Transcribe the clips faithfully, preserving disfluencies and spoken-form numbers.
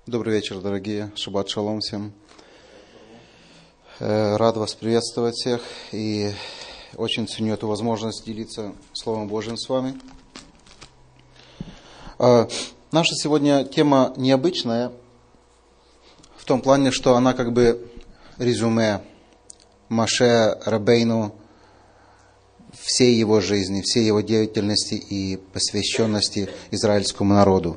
Добрый вечер, дорогие. Шаббат шалом всем. Рад вас приветствовать всех и очень ценю эту возможность делиться Словом Божьим с вами. Наша сегодня тема необычная в том плане, что она как бы резюме Моше Рабейну всей его жизни, всей его деятельности и посвященности израильскому народу.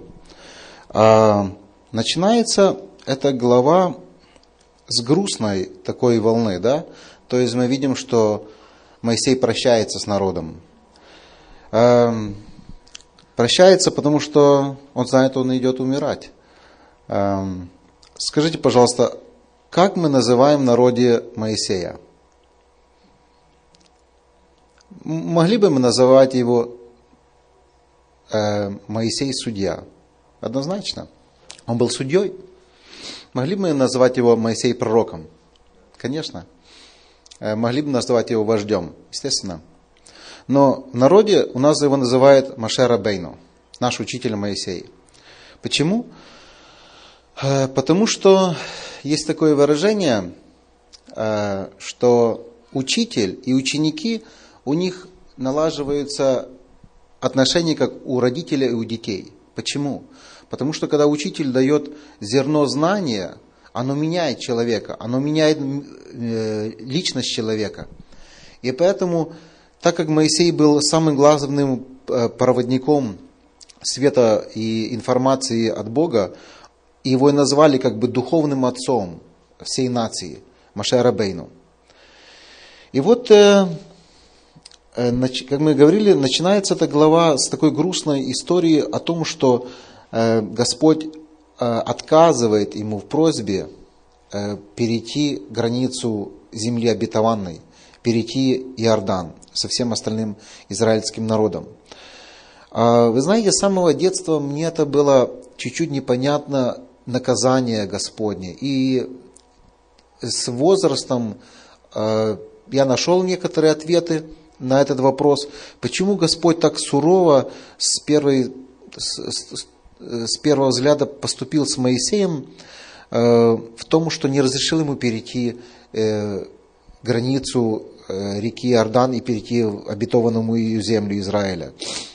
Начинается эта глава с грустной такой волны, да? То есть мы видим, что Моисей прощается с народом. Эм, прощается, потому что он знает, он идет умирать. Эм, скажите, пожалуйста, как мы называем в народе Моисея? Могли бы мы называть его э, Моисей судья? Однозначно. Он был судьей. Могли бы мы назвать его Моисей пророком? Конечно. Могли бы назвать его вождем? Естественно. Но в народе у нас его называют Моше Рабейну, наш учитель Моисей. Почему? Потому что есть такое выражение, что учитель и ученики, у них налаживаются отношения как у родителей и у детей. Почему? Потому что когда учитель дает зерно знания, оно меняет человека, оно меняет э, личность человека. И поэтому, так как Моисей был самым главным э, проводником света и информации от Бога, его и назвали как бы духовным отцом всей нации, Моше Рабейну. И вот, э, э, нач, как мы говорили, начинается эта глава с такой грустной истории о том, что Господь отказывает ему в просьбе перейти границу земли обетованной, перейти Иордан со всем остальным израильским народом. Вы знаете, с самого детства мне это было чуть-чуть непонятно, наказание Господне. И с возрастом я нашел некоторые ответы на этот вопрос, почему Господь так сурово с первой с, с первого взгляда поступил с Моисеем э, в том, что не разрешил ему перейти э, границу э, реки Иордан и перейти в обетованную землю Израиля.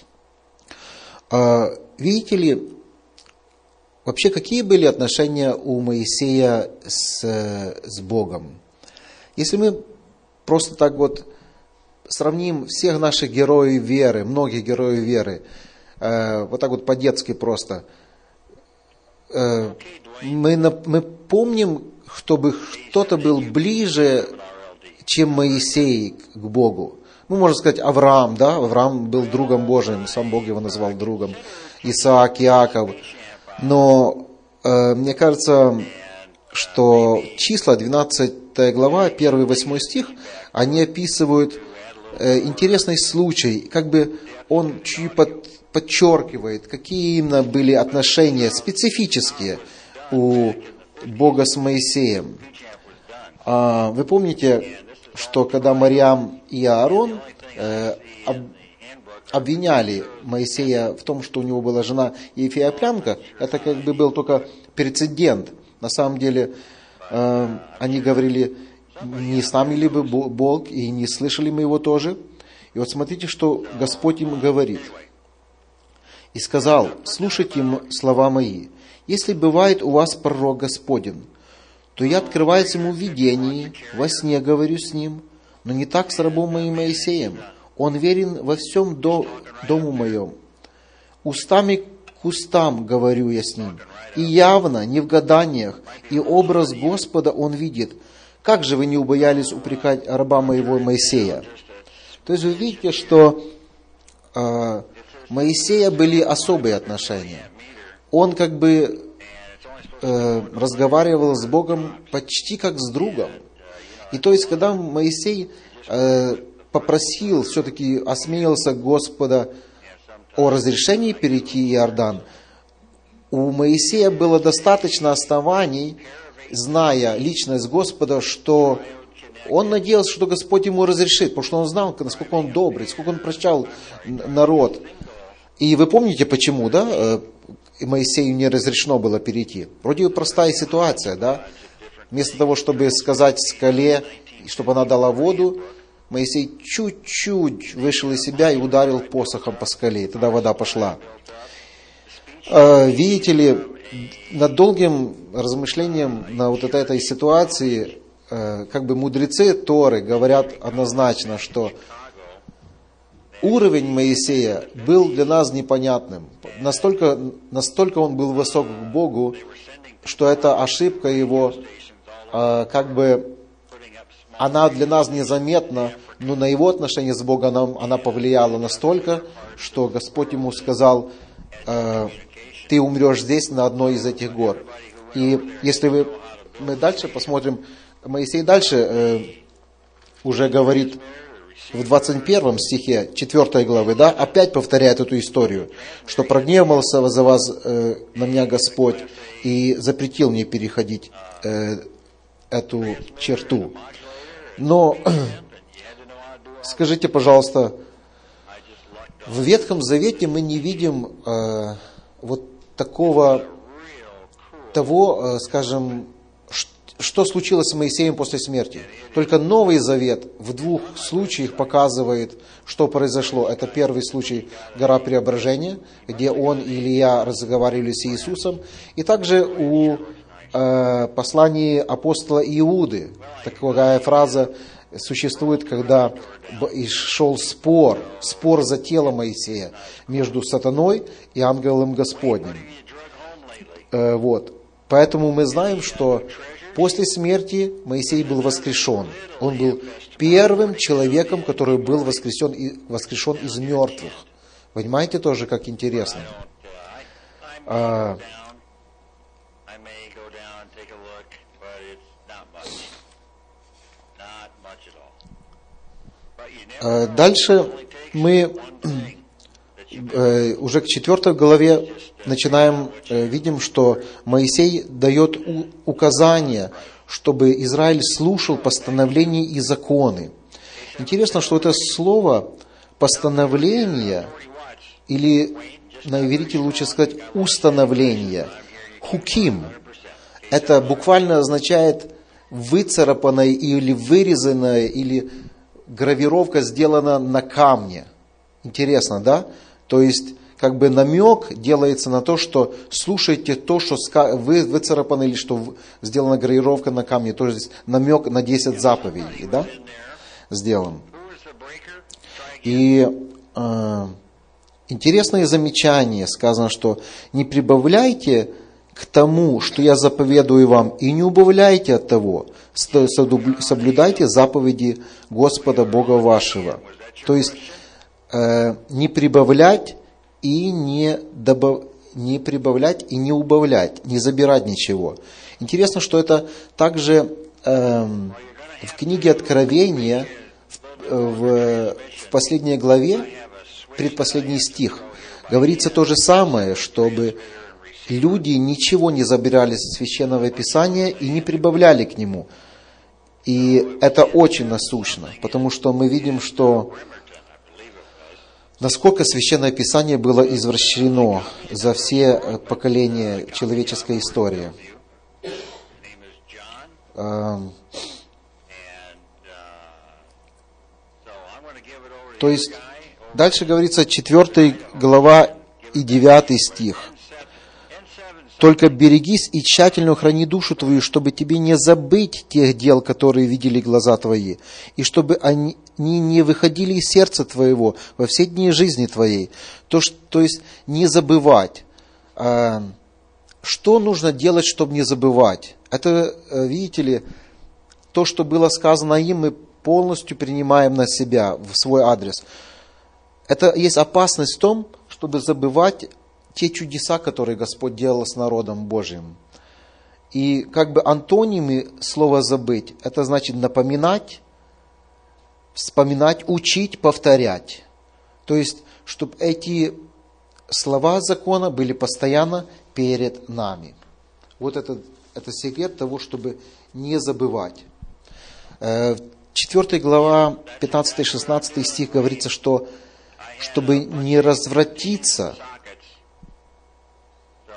Э, видите ли, вообще какие были отношения у Моисея с, с Богом? Если мы просто так вот сравним всех наших героев веры, многих героев веры, вот так вот по-детски просто. Мы, мы помним, чтобы кто-то был ближе, чем Моисей к Богу. Ну, можно сказать, Авраам, да? Авраам был другом Божиим, сам Бог его назвал другом. Исаак, Иаков. Но э, мне кажется, что числа, двенадцатая глава, первый восьмой стих, они описывают э, интересный случай. Как бы он чуть под подчеркивает, какие именно были отношения специфические у Бога с Моисеем. Вы помните, что когда Марьям и Аарон обвиняли Моисея в том, что у него была жена Ефиоплянка, это как бы был только прецедент. На самом деле, они говорили, не с нами ли бы Бог, и не слышали мы его тоже. И вот смотрите, что Господь им говорит. И сказал: слушайте слова мои. Если бывает у вас пророк Господень, то я открываюсь ему в видении, во сне говорю с ним, но не так с рабом моим Моисеем. Он верен во всем до, дому моем. Устами к устам говорю я с ним, и явно, не в гаданиях, и образ Господа он видит. Как же вы не убоялись упрекать раба моего Моисея? То есть вы видите, что э, Моисея были особые отношения. Он как бы э, разговаривал с Богом почти как с другом. И то есть, когда Моисей э, попросил, все-таки осмелился Господа о разрешении перейти Иордан, у Моисея было достаточно оснований, зная личность Господа, что он надеялся, что Господь ему разрешит, потому что он знал, насколько он добрый, сколько он прощал народ. И вы помните, почему, да? и Моисею не разрешено было перейти. Вроде бы простая ситуация, да? Вместо того, чтобы сказать скале, чтобы она дала воду, Моисей чуть-чуть вышел из себя и ударил посохом по скале, и тогда вода пошла. Видите ли, над долгим размышлением на вот этой ситуации, как бы мудрецы Торы говорят однозначно, что уровень Моисея был для нас непонятным. Настолько, настолько он был высок к Богу, что эта ошибка его, как бы, она для нас незаметна, но на его отношения с Богом она, она повлияла настолько, что Господь ему сказал: ты умрешь здесь, на одной из этих гор. И если вы, мы дальше посмотрим, Моисей дальше э, уже говорит в двадцать первом стихе четвёртой главы, да, опять повторяет эту историю, что прогневался за вас э, на меня Господь и запретил мне переходить э, эту черту. Но скажите, пожалуйста, в Ветхом Завете мы не видим э, вот такого, того, э, скажем, что случилось с Моисеем после смерти. Только Новый Завет в двух случаях показывает, что произошло. Это первый случай, гора Преображения, где он и Илья разговаривали с Иисусом. И также у э, послании апостола Иуды такая фраза существует, когда шел спор, спор за тело Моисея между сатаной и ангелом Господним. Э, вот. Поэтому мы знаем, что после смерти Моисей был воскрешен. Он был первым человеком, который был воскрешен, воскрешен из мертвых. Понимаете тоже, как интересно? А, а дальше мы уже к четвёртой главе начинаем, видим, что Моисей дает указания, чтобы Израиль слушал постановления и законы. Интересно, что это слово постановление, или на иврите лучше сказать установление, хуким, это буквально означает выцарапанное или вырезанное, или гравировка сделана на камне. Интересно, да? То есть, как бы намек делается на то, что слушайте то, что вы выцарапано, или что сделана гравировка на камне. То есть, намек на десять заповедей, да? Сделан. И э, интересное замечание. Сказано, что не прибавляйте к тому, что я заповедую вам, и не убавляйте от того. Соблюдайте заповеди Господа Бога вашего. То есть, не прибавлять и не, добав... не прибавлять и не убавлять, не забирать ничего. Интересно, что это также э, в книге Откровения, в, в, в последней главе, предпоследний стих, говорится то же самое, чтобы люди ничего не забирали из Священного Писания и не прибавляли к нему. И это очень насущно, потому что мы видим, что насколько Священное Писание было извращено за все поколения человеческой истории. То есть, дальше говорится четвёртая глава и девятый стих. «Только берегись и тщательно храни душу твою, чтобы тебе не забыть тех дел, которые видели глаза твои, и чтобы они не выходили из сердца твоего во все дни жизни твоей». То, то есть, не забывать. Что нужно делать, чтобы не забывать? Это, видите ли, то, что было сказано им, мы полностью принимаем на себя, в свой адрес. Это есть опасность в том, чтобы забывать те чудеса, которые Господь делал с народом Божьим. И как бы антонимы слова «забыть» — это значит напоминать, вспоминать, учить, повторять. То есть, чтобы эти слова закона были постоянно перед нами. Вот это, это секрет того, чтобы не забывать. четвёртая глава, пятнадцатый-шестнадцатый стих говорится, что чтобы не развратиться,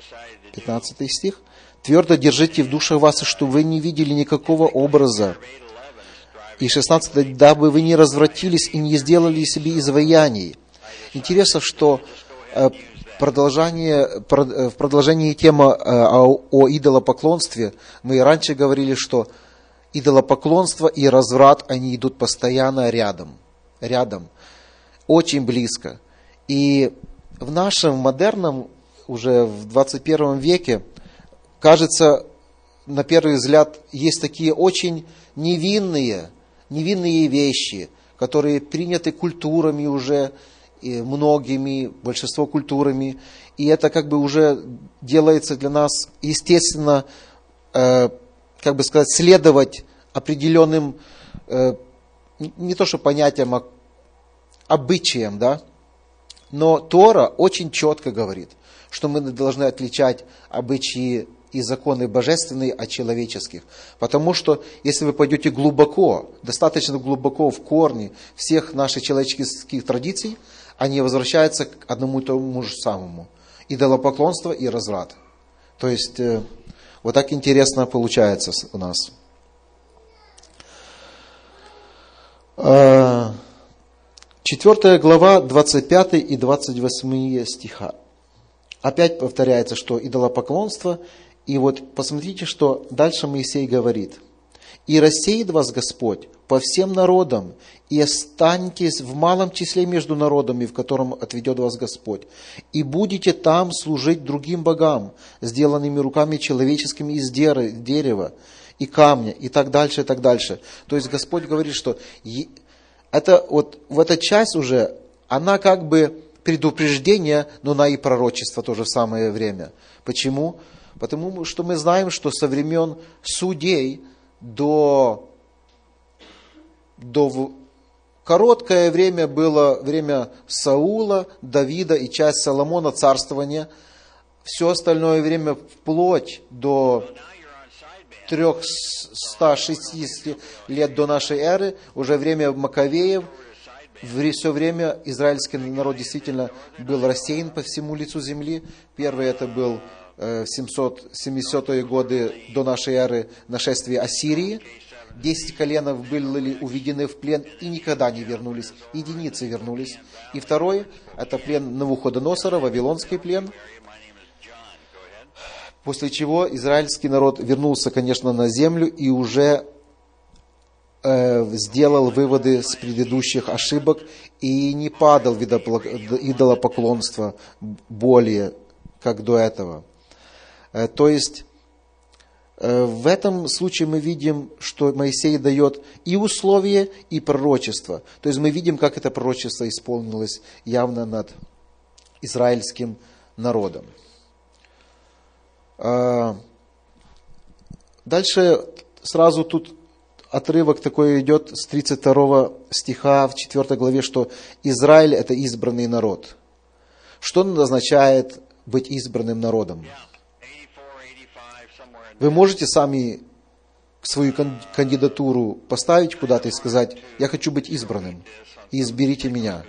пятнадцатый стих. «Твердо держите в душах вас, что вы не видели никакого образа». И шестнадцатый. «Дабы вы не развратились и не сделали себе изваяний». Интересно, что продолжение, в продолжении темы о, о идолопоклонстве мы и раньше говорили, что идолопоклонство и разврат, они идут постоянно рядом. Рядом. Очень близко. И в нашем модерном, уже в двадцать первом веке, кажется, на первый взгляд, есть такие очень невинные, невинные вещи, которые приняты культурами уже, и многими, большинство культурами, и это как бы уже делается для нас, естественно, э, как бы сказать, следовать определенным, э, не то что понятиям, а обычаям, да, но Тора очень четко говорит, что мы должны отличать обычаи и законы божественные от человеческих. Потому что, если вы пойдете глубоко, достаточно глубоко в корни всех наших человеческих традиций, они возвращаются к одному и тому же самому. Идолопоклонство и разврат. То есть, вот так интересно получается у нас. Четвертая глава, двадцать пятый и двадцать восьмой стиха. Опять повторяется, что идолопоклонство. И вот посмотрите, что дальше Моисей говорит. «И рассеет вас Господь по всем народам, и останетесь в малом числе между народами, в котором отведет вас Господь, и будете там служить другим богам, сделанными руками человеческими из дерева и камня», и так дальше, и так дальше. То есть Господь говорит, что это, вот, в эта часть уже, она как бы предупреждение, но она и пророчество в то же самое время. Почему? Потому что мы знаем, что со времен судей до, до короткое время было время Саула, Давида и часть Соломона царствования. Все остальное время вплоть до трехсот шестидесяти лет до нашей эры, уже время Маковеев, все время израильский народ действительно был рассеян по всему лицу земли. Первый это был в семисотые годы до нашей эры нашествие Ассирии. Десять коленов были уведены в плен и никогда не вернулись. Единицы вернулись. И второй, это плен Навуходоносора, Вавилонский плен. После чего израильский народ вернулся, конечно, на землю и уже э, сделал выводы с предыдущих ошибок и не падал в идолопоклонство более, как до этого. То есть, в этом случае мы видим, что Моисей дает и условия, и пророчество. То есть, мы видим, как это пророчество исполнилось явно над израильским народом. Дальше сразу тут отрывок такой идет с тридцать второго стиха в четвёртой главе, что Израиль – это избранный народ. Что означает быть избранным народом? Вы можете сами свою кандидатуру поставить куда-то и сказать: «Я хочу быть избранным, и изберите меня».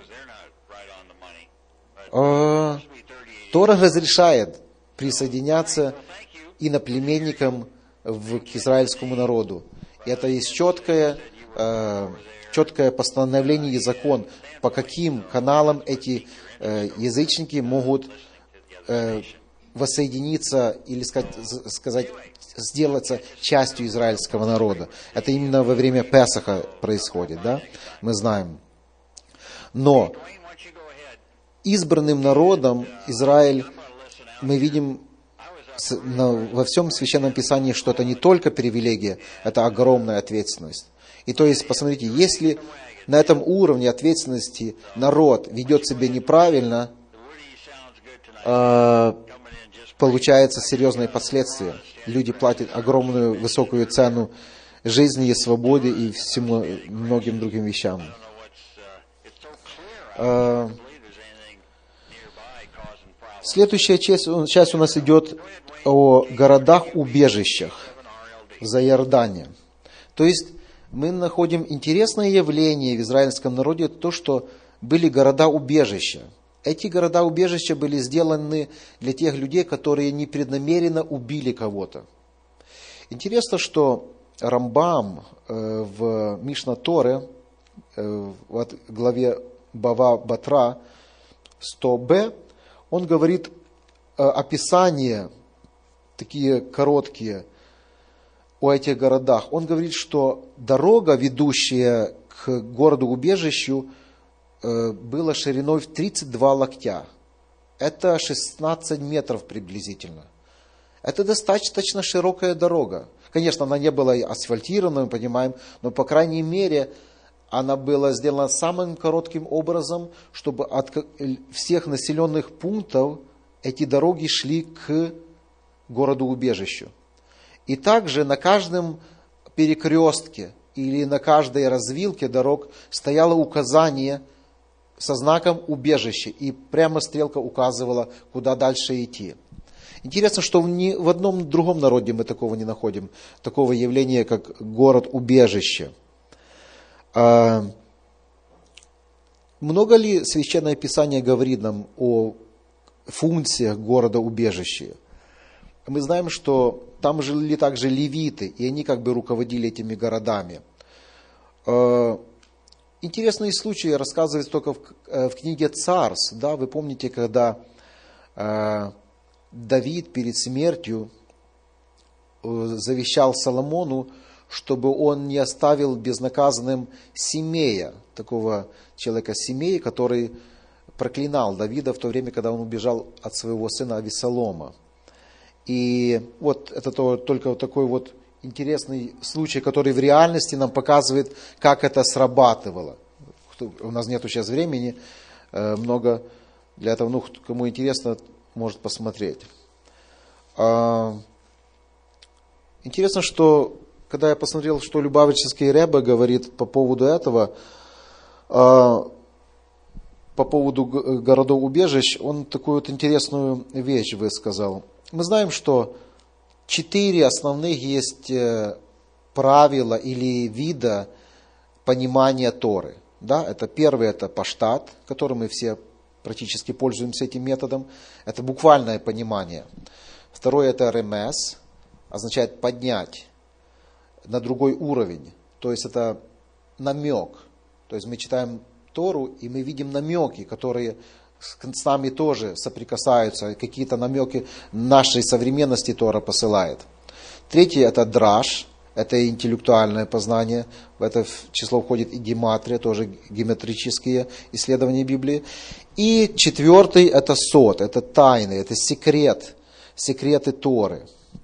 А, Тора разрешает присоединяться иноплеменникам в, к израильскому народу. И это есть четкое, э, четкое постановление и закон, по каким каналам эти э, язычники могут э, воссоединиться или сказать, сказать, сделаться частью израильского народа. Это именно во время Песаха происходит, да? Мы знаем. Но избранным народом Израиль, мы видим во всем Священном Писании, что это не только привилегия, это огромная ответственность. И то есть, посмотрите, если на этом уровне ответственности народ ведет себя неправильно, получаются серьезные последствия. Люди платят огромную, высокую цену жизни и свободе и всему, многим другим вещам. Следующая часть, часть у нас идет о городах-убежищах за Иордане. То есть мы находим интересное явление в израильском народе, то, что были города-убежища. эти города-убежища были сделаны для тех людей, которые непреднамеренно убили кого-то. Интересно, что Рамбам в Мишна Торе, в главе Бава Батра сто бэ, он говорит описание, такие короткие, о этих городах. Он говорит, что дорога, ведущая к городу-убежищу, была шириной в тридцать два локтя. Это шестнадцать метров приблизительно. Это достаточно широкая дорога. Конечно, она не была асфальтирована, мы понимаем, но, по крайней мере, она была сделана самым коротким образом, чтобы от всех населенных пунктов эти дороги шли к городу-убежищу. И также на каждом перекрестке или на каждой развилке дорог стояло указание со знаком убежище, и прямо стрелка указывала, куда дальше идти. Интересно, что ни в одном другом народе мы такого не находим, такого явления, как город-убежище. А много ли Священное Писание говорит нам о функциях города-убежища? Мы знаем, что там жили также левиты, и они как бы руководили этими городами. Интересные случаи рассказываются только в, в книге Царств. Да, вы помните, когда э, Давид перед смертью завещал Соломону, чтобы он не оставил безнаказанным Симея, такого человека Симея, который проклинал Давида в то время, когда он убежал от своего сына Авессалома. И вот это то, только вот такой вот интересный случай, который в реальности нам показывает, как это срабатывало. У нас нет сейчас времени много для этого, ну, кому интересно, может посмотреть. Интересно, что когда я посмотрел, что Любавический Ребе говорит по поводу этого, по поводу городов-убежищ, он такую вот интересную вещь высказал. Мы знаем, что четыре основных есть правила или вида понимания Торы. Да, это первый, это паштат, которым мы все практически пользуемся этим методом. Это буквальное понимание. Второе, это ремес, означает поднять на другой уровень. То есть это намек. То есть мы читаем Тору, и мы видим намеки, которые с нами тоже соприкасаются, какие-то намеки нашей современности Тора посылает. Третье, это драш, это интеллектуальное познание, в это число входит и гематрия, тоже геометрические исследования Библии. И четвертый, это сот, это тайны, это секрет, секреты Торы.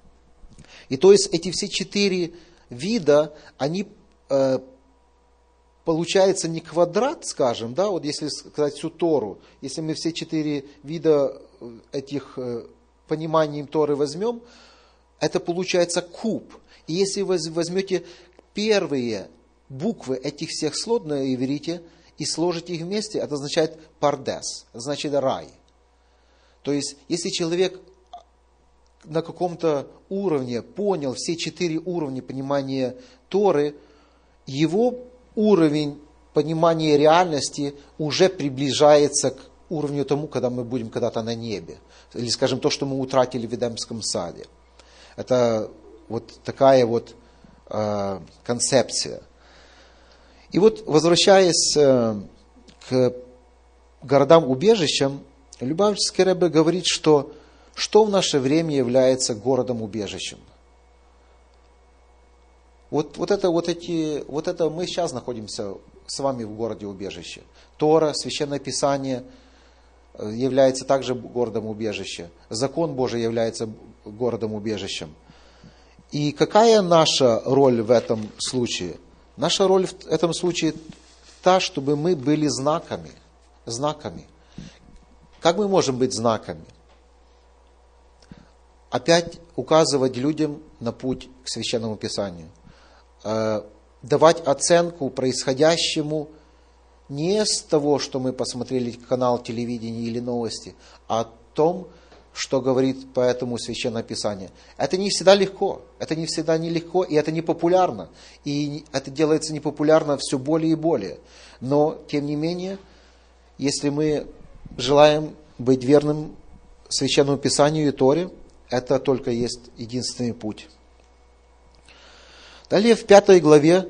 И то есть эти все четыре вида, они э, получается не квадрат, скажем, да, вот если сказать всю Тору, если мы все четыре вида этих э, пониманий Торы возьмем, это получается куб. И если вы возьмете первые буквы этих всех слов на иврите и сложите их вместе, это означает пардес, это значит рай. То есть, если человек на каком-то уровне понял все четыре уровня понимания Торы, его уровень понимания реальности уже приближается к уровню тому, когда мы будем когда-то на небе. Или, скажем, то, что мы утратили в Эдемском саде. Это вот такая вот э, концепция. И вот, возвращаясь э, к городам-убежищам, Любавический Ребе говорит, что что в наше время является городом-убежищем. Вот, вот, это, вот, эти, вот это мы сейчас находимся с вами в городе-убежище. Тора, Священное Писание является также городом-убежищем. Закон Божий является городом-убежищем. И какая наша роль в этом случае? Наша роль в этом случае та, чтобы мы были знаками. Знаками. Как мы можем быть знаками? Опять указывать людям на путь к Священному Писанию. Давать оценку происходящему не с того, что мы посмотрели канал телевидения или новости, а о том, что говорит по этому Священное Писание. Это не всегда легко, это не всегда нелегко, и это не популярно. И это делается непопулярно все более и более. Но, тем не менее, если мы желаем быть верным Священному Писанию и Торе, это только есть единственный путь. Далее в пятой главе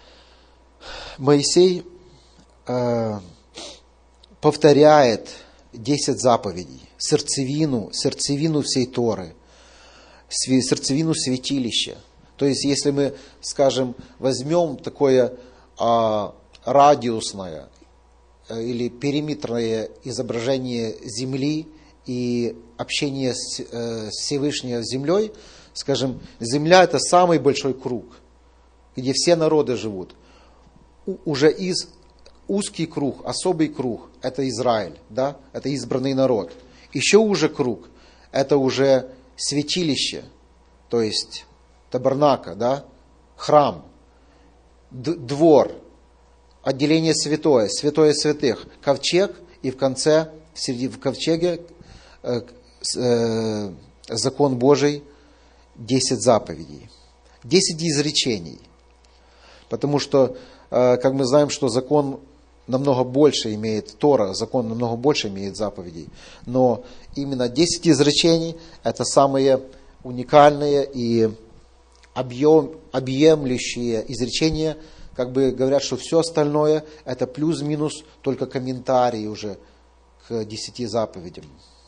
Моисей э, повторяет десять заповедей, сердцевину, сердцевину всей Торы, сердцевину святилища. То есть, если мы, скажем, возьмем такое а, радиусное или периметрное изображение Земли и общение с, э, с Всевышним с Землей, скажем, Земля – это самый большой круг, где все народы живут. У, уже из узкий круг, особый круг – это Израиль, да? Это избранный народ. Еще уже круг – это уже святилище, то есть табернака, да? Храм, д- двор, отделение святое, святое святых, ковчег, и в конце, в, середине, в ковчеге э, э, закон Божий, десять заповедей, десять изречений. Потому что, э, как мы знаем, что закон намного больше имеет, Тора, закон намного больше имеет заповедей. Но именно десять изречений – это самые уникальные и объем, объемлющие изречения. Как бы говорят, что все остальное – это плюс-минус только комментарии уже к десяти заповедям.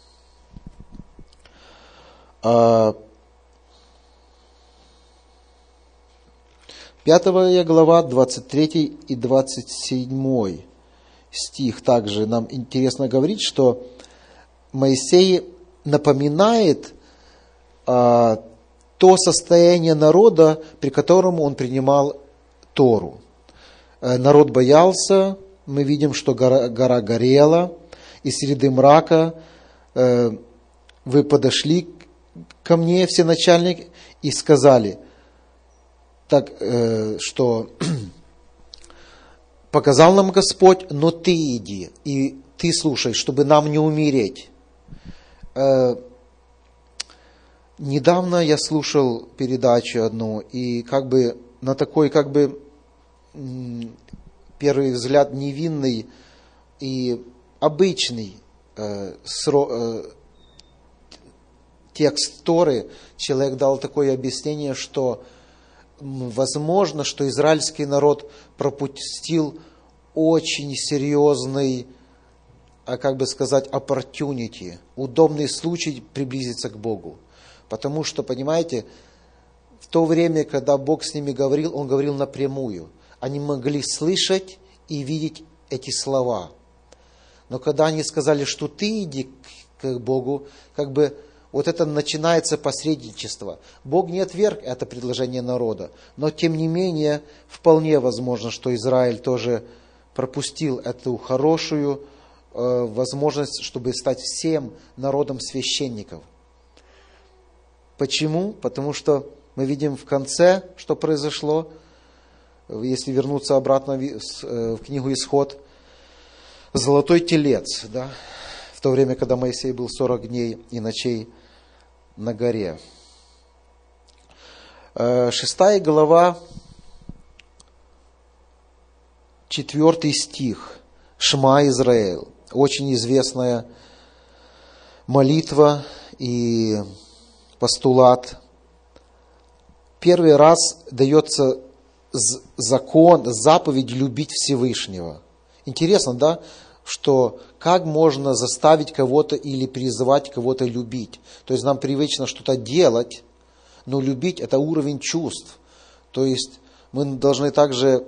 Пятая глава, двадцать третий и двадцать седьмой стих. Также нам интересно говорить, что Моисей напоминает а, то состояние народа, при котором он принимал Тору. Народ боялся, мы видим, что гора, гора горела, и среди мрака э, вы подошли ко мне, все начальники, и сказали, так, э, что показал нам Господь, но ты иди, и ты слушай, чтобы нам не умереть. Э, недавно я слушал передачу одну, и как бы на такой, как бы, первый взгляд, невинный и обычный э, сро, э, текст Торы, человек дал такое объяснение, что возможно, что израильский народ пропустил очень серьезный, как бы сказать, opportunity, удобный случай приблизиться к Богу. Потому что, понимаете, в то время, когда Бог с ними говорил, Он говорил напрямую. Они могли слышать и видеть эти слова. Но когда они сказали, что ты иди к Богу, как бы вот это начинается посредничество. Бог не отверг это предложение народа, но тем не менее вполне возможно, что Израиль тоже пропустил эту хорошую э, возможность, чтобы стать всем народом священников. Почему? Потому что мы видим в конце, что произошло. Если вернуться обратно в книгу Исход, золотой телец, да, в то время, когда Моисей был сорок дней и ночей на горе. Шестая глава, четвертый стих, Шма Израиль, очень известная молитва и постулат. Первый раз дается закон, заповедь любить Всевышнего. Интересно, да, что как можно заставить кого-то или призывать кого-то любить. То есть нам привычно что-то делать, но любить – это уровень чувств. То есть мы должны также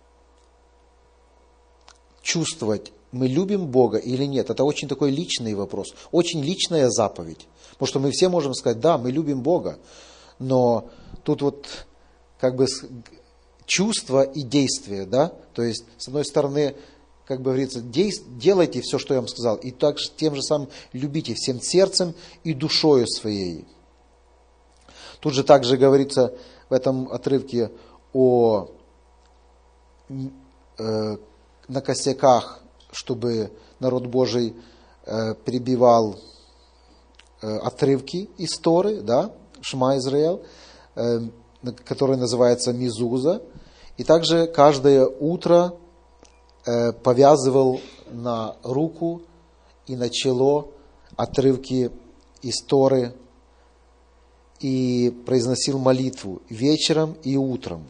чувствовать, мы любим Бога или нет. Это очень такой личный вопрос, очень личная заповедь. Потому что мы все можем сказать, да, мы любим Бога, но тут вот как бы чувство и действие, да, то есть с одной стороны, как бы говорится, делайте все, что я вам сказал, и также тем же самым любите всем сердцем и душою своей. Тут же также говорится в этом отрывке о э, на косяках, чтобы народ Божий э, прибивал э, отрывки из Торы, да, Шма Израиль, э, который называется мизуза, и также каждое утро повязывал на руку и начало отрывки из Торы и произносил молитву вечером и утром.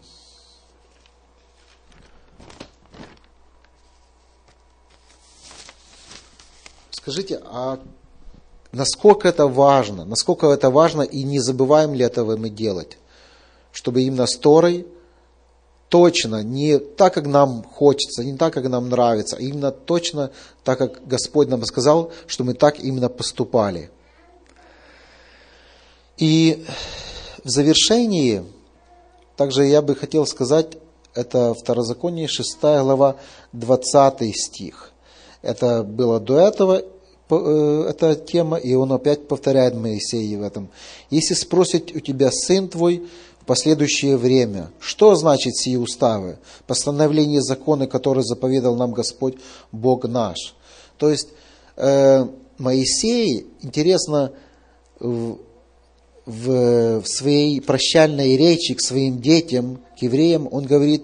Скажите, а насколько это важно? Насколько это важно и не забываем ли этого мы делать? Чтобы именно с Торой точно, не так, как нам хочется, не так, как нам нравится, а именно точно так, как Господь нам сказал, что мы так именно поступали. И в завершении, также я бы хотел сказать, это Второзаконие, шестая глава, двадцатый стих. Это было до этого, эта тема, и он опять повторяет Моисею в этом. «Если спросит у тебя сын твой в последующее время, что значит сии уставы, постановления, законы, которые заповедал нам Господь, Бог наш». То есть, э, Моисей, интересно, в, в, в своей прощальной речи к своим детям, к евреям, он говорит,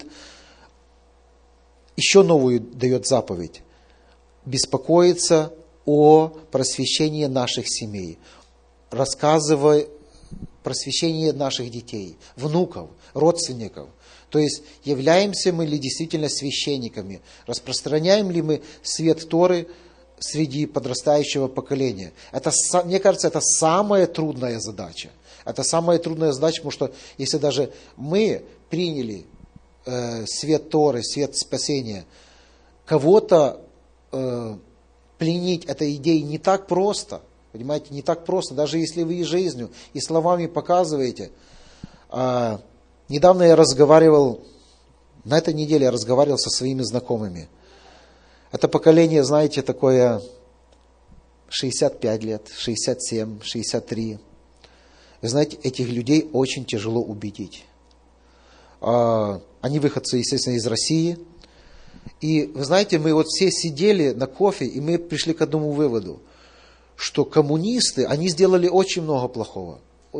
еще новую дает заповедь. Беспокоиться о просвещении наших семей, рассказывая просвещение наших детей, внуков, родственников. То есть, являемся мы ли действительно священниками, распространяем ли мы свет Торы среди подрастающего поколения. Это, мне кажется, это самая трудная задача. Это самая трудная задача, потому что если даже мы приняли э, свет Торы, свет спасения, кого-то э, пленить этой идеей не так просто, понимаете, не так просто, даже если вы и жизнью, и словами показываете. А, недавно я разговаривал, на этой неделе я разговаривал со своими знакомыми. Это поколение, знаете, такое шестьдесят пять лет, шестьдесят семь, шестьдесят три. Вы знаете, этих людей очень тяжело убедить. А, они выходцы, естественно, из России. И вы знаете, мы вот все сидели на кофе, и мы пришли к одному выводу, что коммунисты, они сделали очень много плохого.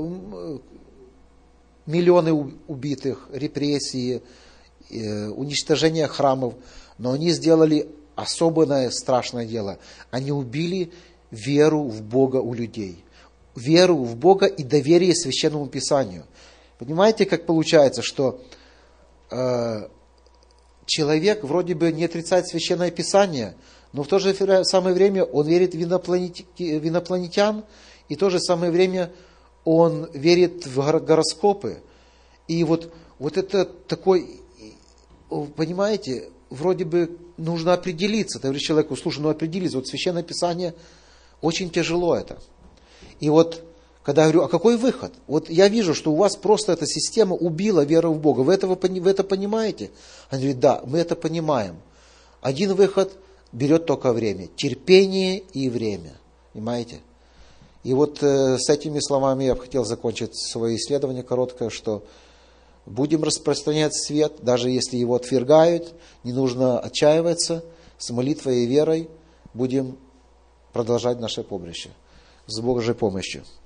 Миллионы убитых, репрессии, уничтожение храмов. Но они сделали особенное страшное дело. Они убили веру в Бога у людей. Веру в Бога и доверие Священному Писанию. Понимаете, как получается, что э, человек вроде бы не отрицает Священное Писание, но в то же самое время он верит в, инопланет... в инопланетян, и в то же самое время он верит в гороскопы. И вот, вот это такой, понимаете, вроде бы нужно определиться. Ты говоришь человеку, слушай, ну определись, вот Священное Писание, очень тяжело это. И вот, когда я говорю, а какой выход? Вот я вижу, что у вас просто эта система убила веру в Бога. Вы, этого, вы это понимаете? Они говорят, да, мы это понимаем. Один выход берет только время. Терпение и время. Понимаете? И вот э, с этими словами я бы хотел закончить свое исследование короткое, что будем распространять свет, даже если его отвергают, не нужно отчаиваться, с молитвой и верой будем продолжать наше поприще. С Божьей помощью.